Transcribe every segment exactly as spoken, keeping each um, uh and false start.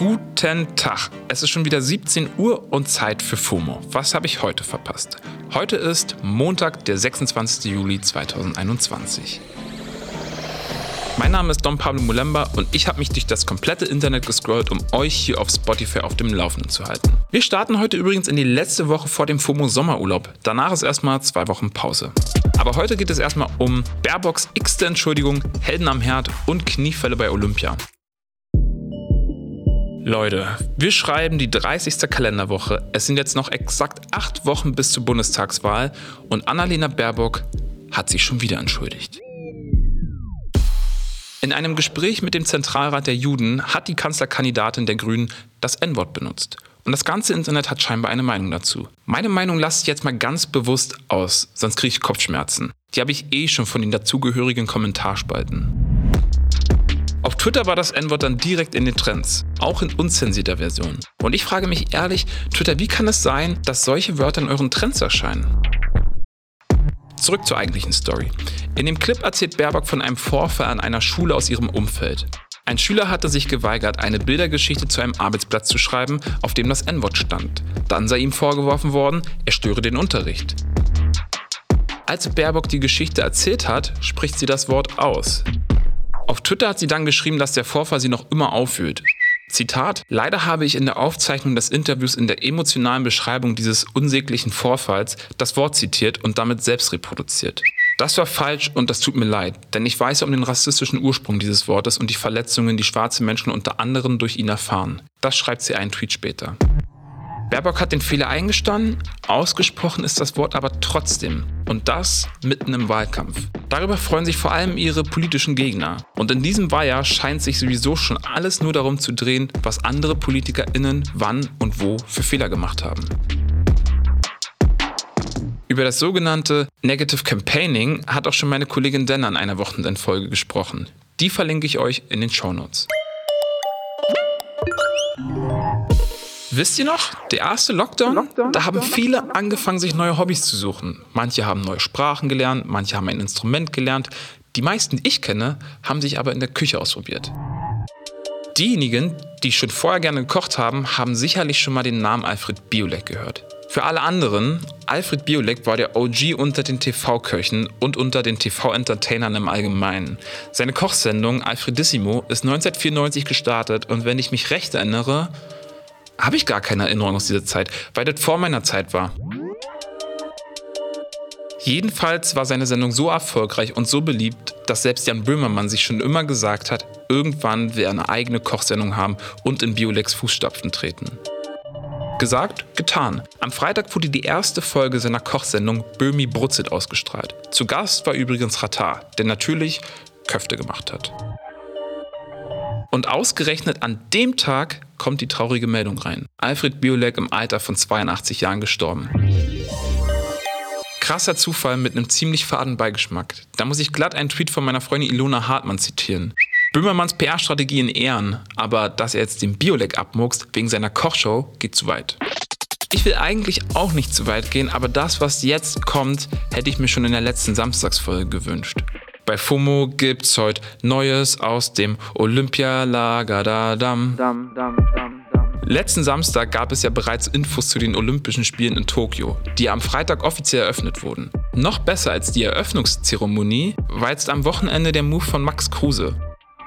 Guten Tag, es ist schon wieder siebzehn Uhr und Zeit für FOMO. Was habe ich heute verpasst? Heute ist Montag, der sechsundzwanzigster Juli zweitausendeinundzwanzig. Mein Name ist Don Pablo Mulemba und ich habe mich durch das komplette Internet gescrollt, um euch hier auf Spotify auf dem Laufenden zu halten. Wir starten heute übrigens in die letzte Woche vor dem FOMO-Sommerurlaub. Danach ist erstmal zwei Wochen Pause. Aber heute geht es erstmal um Baerbocks x-te Entschuldigung, Helden am Herd und Kniefälle bei Olympia. Leute, wir schreiben die dreißigste Kalenderwoche. Es sind jetzt noch exakt acht Wochen bis zur Bundestagswahl und Annalena Baerbock hat sich schon wieder entschuldigt. In einem Gespräch mit dem Zentralrat der Juden hat die Kanzlerkandidatin der Grünen das En-Wort benutzt. Und das ganze Internet hat scheinbar eine Meinung dazu. Meine Meinung lasse ich jetzt mal ganz bewusst aus, sonst kriege ich Kopfschmerzen. Die habe ich eh schon von den dazugehörigen Kommentarspalten. Auf Twitter war das En-Wort dann direkt in den Trends, auch in unzensierter Version. Und ich frage mich ehrlich, Twitter, wie kann es sein, dass solche Wörter in euren Trends erscheinen? Zurück zur eigentlichen Story. In dem Clip erzählt Baerbock von einem Vorfall an einer Schule aus ihrem Umfeld. Ein Schüler hatte sich geweigert, eine Bildergeschichte zu einem Arbeitsblatt zu schreiben, auf dem das En-Wort stand. Dann sei ihm vorgeworfen worden, er störe den Unterricht. Als Baerbock die Geschichte erzählt hat, spricht sie das Wort aus. Auf Twitter hat sie dann geschrieben, dass der Vorfall sie noch immer aufwühlt. Zitat: Leider habe ich in der Aufzeichnung des Interviews in der emotionalen Beschreibung dieses unsäglichen Vorfalls das Wort zitiert und damit selbst reproduziert. Das war falsch und das tut mir leid, denn ich weiß um den rassistischen Ursprung dieses Wortes und die Verletzungen, die schwarze Menschen unter anderem durch ihn erfahren. Das schreibt sie einen Tweet später. Baerbock hat den Fehler eingestanden, ausgesprochen ist das Wort aber trotzdem. Und das mitten im Wahlkampf. Darüber freuen sich vor allem ihre politischen Gegner. Und in diesem Wahljahr scheint sich sowieso schon alles nur darum zu drehen, was andere PolitikerInnen wann und wo für Fehler gemacht haben. Über das sogenannte Negative Campaigning hat auch schon meine Kollegin Denner in einer Wochenendfolge gesprochen. Die verlinke ich euch in den Shownotes. Wisst ihr noch, der erste Lockdown, Lockdown, da haben viele angefangen, sich neue Hobbys zu suchen. Manche haben neue Sprachen gelernt, manche haben ein Instrument gelernt. Die meisten, die ich kenne, haben sich aber in der Küche ausprobiert. Diejenigen, die schon vorher gerne gekocht haben, haben sicherlich schon mal den Namen Alfred Biolek gehört. Für alle anderen, Alfred Biolek war der O G unter den T V-Köchen und unter den T V-Entertainern im Allgemeinen. Seine Kochsendung Alfredissimo ist neunzehnhundertvierundneunzig gestartet und wenn ich mich recht erinnere, habe ich gar keine Erinnerung aus dieser Zeit, weil das vor meiner Zeit war. Jedenfalls war seine Sendung so erfolgreich und so beliebt, dass selbst Jan Böhmermann sich schon immer gesagt hat, irgendwann will er eine eigene Kochsendung haben und in Bioleks Fußstapfen treten. Gesagt, getan. Am Freitag wurde die erste Folge seiner Kochsendung Böhmi Brutzelt ausgestrahlt. Zu Gast war übrigens Ratar, der natürlich Köfte gemacht hat. Und ausgerechnet an dem Tag kommt die traurige Meldung rein. Alfred Biolek im Alter von zweiundachtzig Jahren gestorben. Krasser Zufall mit einem ziemlich faden Beigeschmack. Da muss ich glatt einen Tweet von meiner Freundin Ilona Hartmann zitieren. Böhmermanns P R-Strategie in Ehren, aber dass er jetzt den Biolek abmuckst wegen seiner Kochshow, geht zu weit. Ich will eigentlich auch nicht zu weit gehen, aber das, was jetzt kommt, hätte ich mir schon in der letzten Samstagsfolge gewünscht. Bei FOMO gibt's heute Neues aus dem Olympialager da dam. Dam, dam, dam, dam. Letzten Samstag gab es ja bereits Infos zu den Olympischen Spielen in Tokio, die am Freitag offiziell eröffnet wurden. Noch besser als die Eröffnungszeremonie war jetzt am Wochenende der Move von Max Kruse.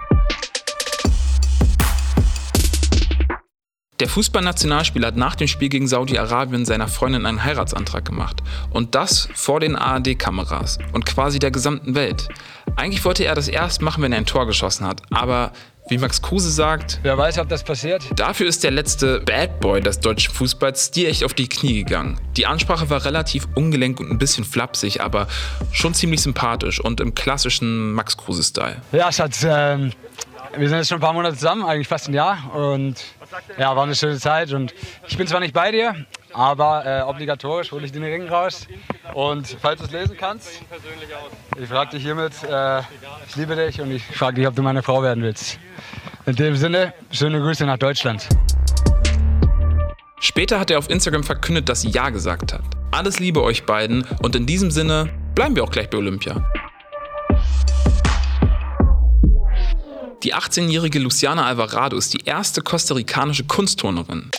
Der Fußballnationalspieler hat nach dem Spiel gegen Saudi-Arabien seiner Freundin einen Heiratsantrag gemacht. Und das vor den A R D-Kameras und quasi der gesamten Welt. Eigentlich wollte er das erst machen, wenn er ein Tor geschossen hat. Aber wie Max Kruse sagt, wer weiß, ob das passiert. Dafür ist der letzte Bad Boy des deutschen Fußballs stilecht auf die Knie gegangen. Die Ansprache war relativ ungelenk und ein bisschen flapsig, aber schon ziemlich sympathisch und im klassischen Max Kruse-Style. Ja, Schatz, ähm, wir sind jetzt schon ein paar Monate zusammen, eigentlich fast ein Jahr. Und ja, war eine schöne Zeit. Und ich bin zwar nicht bei dir, aber äh, obligatorisch hole ich den Ring raus. Und falls du es lesen kannst, ich frage dich hiermit, äh, ich liebe dich und ich frage dich, ob du meine Frau werden willst. In dem Sinne, schöne Grüße nach Deutschland. Später hat er auf Instagram verkündet, dass sie Ja gesagt hat. Alles Liebe euch beiden und in diesem Sinne bleiben wir auch gleich bei Olympia. Die achtzehnjährige Luciana Alvarado ist die erste kostarikanische Kunstturnerin.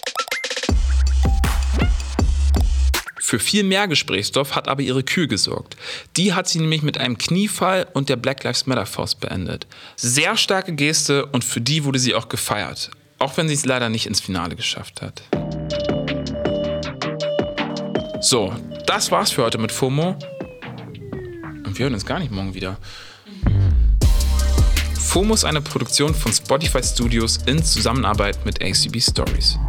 Für viel mehr Gesprächsstoff hat aber ihre Kür gesorgt. Die hat sie nämlich mit einem Kniefall und der Black Lives Matter Faust beendet. Sehr starke Geste und für die wurde sie auch gefeiert. Auch wenn sie es leider nicht ins Finale geschafft hat. So, das war's für heute mit FOMO. Und wir hören uns gar nicht morgen wieder. FOMO ist eine Produktion von Spotify Studios in Zusammenarbeit mit A C B Stories.